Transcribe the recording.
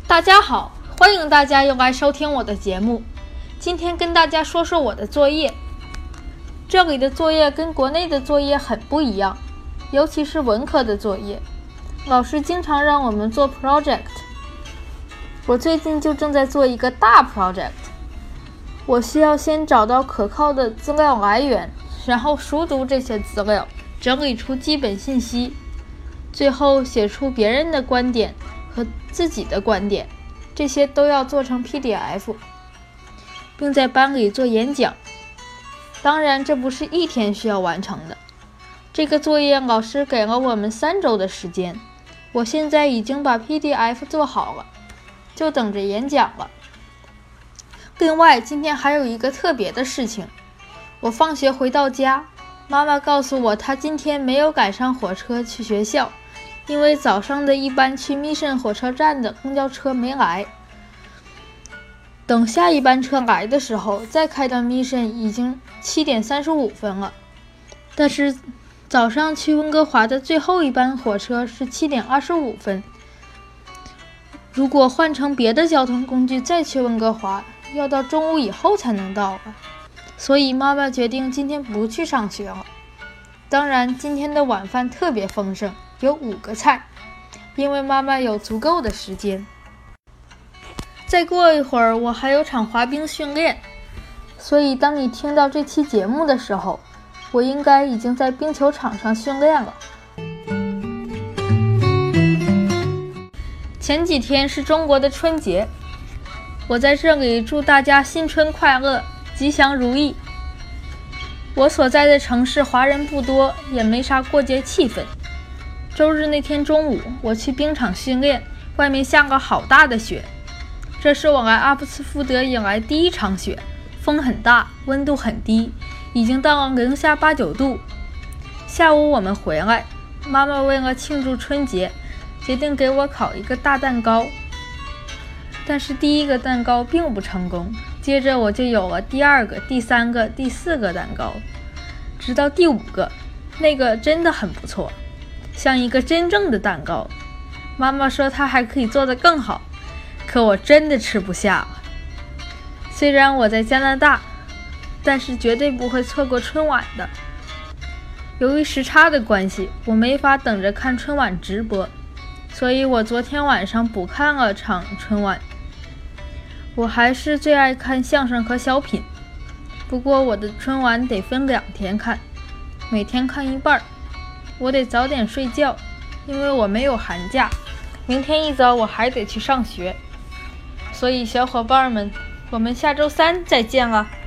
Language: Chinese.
大家好，欢迎大家又来收听我的节目。今天跟大家说说我的作业。这里的作业跟国内的作业很不一样，尤其是文科的作业，老师经常让我们做 project。我最近就正在做一个大 project， 我需要先找到可靠的资料来源，然后熟读这些资料，整理出基本信息，最后写出别人的观点和自己的观点，这些都要做成 PDF， 并在班里做演讲。当然，这不是一天需要完成的。这个作业老师给了我们3周的时间，我现在已经把 PDF 做好了，就等着演讲了。另外，今天还有一个特别的事情，我放学回到家，妈妈告诉我她今天没有赶上火车去学校，因为早上的一班去密申火车站的公交车没来。等下一班车来的时候，再开到密申已经7点35分了。但是早上去温哥华的最后一班火车是7点25分。如果换成别的交通工具再去温哥华，要到中午以后才能到了。所以妈妈决定今天不去上学了。当然，今天的晚饭特别丰盛，有5个菜，因为妈妈有足够的时间。再过一会儿我还有场滑冰训练，所以当你听到这期节目的时候，我应该已经在冰球场上训练了。前几天是中国的春节，我在这里祝大家新春快乐，吉祥如意。我所在的城市华人不多，也没啥过节气氛。周日那天中午，我去冰场训练，外面下个好大的雪。这是我来阿布茨福德以来第一场雪，风很大，温度很低，已经到了零下8、9度。下午我们回来，妈妈为了庆祝春节，决定给我烤一个大蛋糕。但是第一个蛋糕并不成功，接着我就有了第2个、第3个、第4个蛋糕，直到第5个，那个真的很不错，像一个真正的蛋糕。妈妈说她还可以做得更好，可我真的吃不下了。虽然我在加拿大，但是绝对不会错过春晚的。由于时差的关系，我没法等着看春晚直播，所以我昨天晚上补看了场春晚。我还是最爱看相声和小品，不过我的春晚得分2天看，每天看一半。我得早点睡觉，因为我没有寒假，明天一早我还得去上学。所以小伙伴们，我们下周3再见了。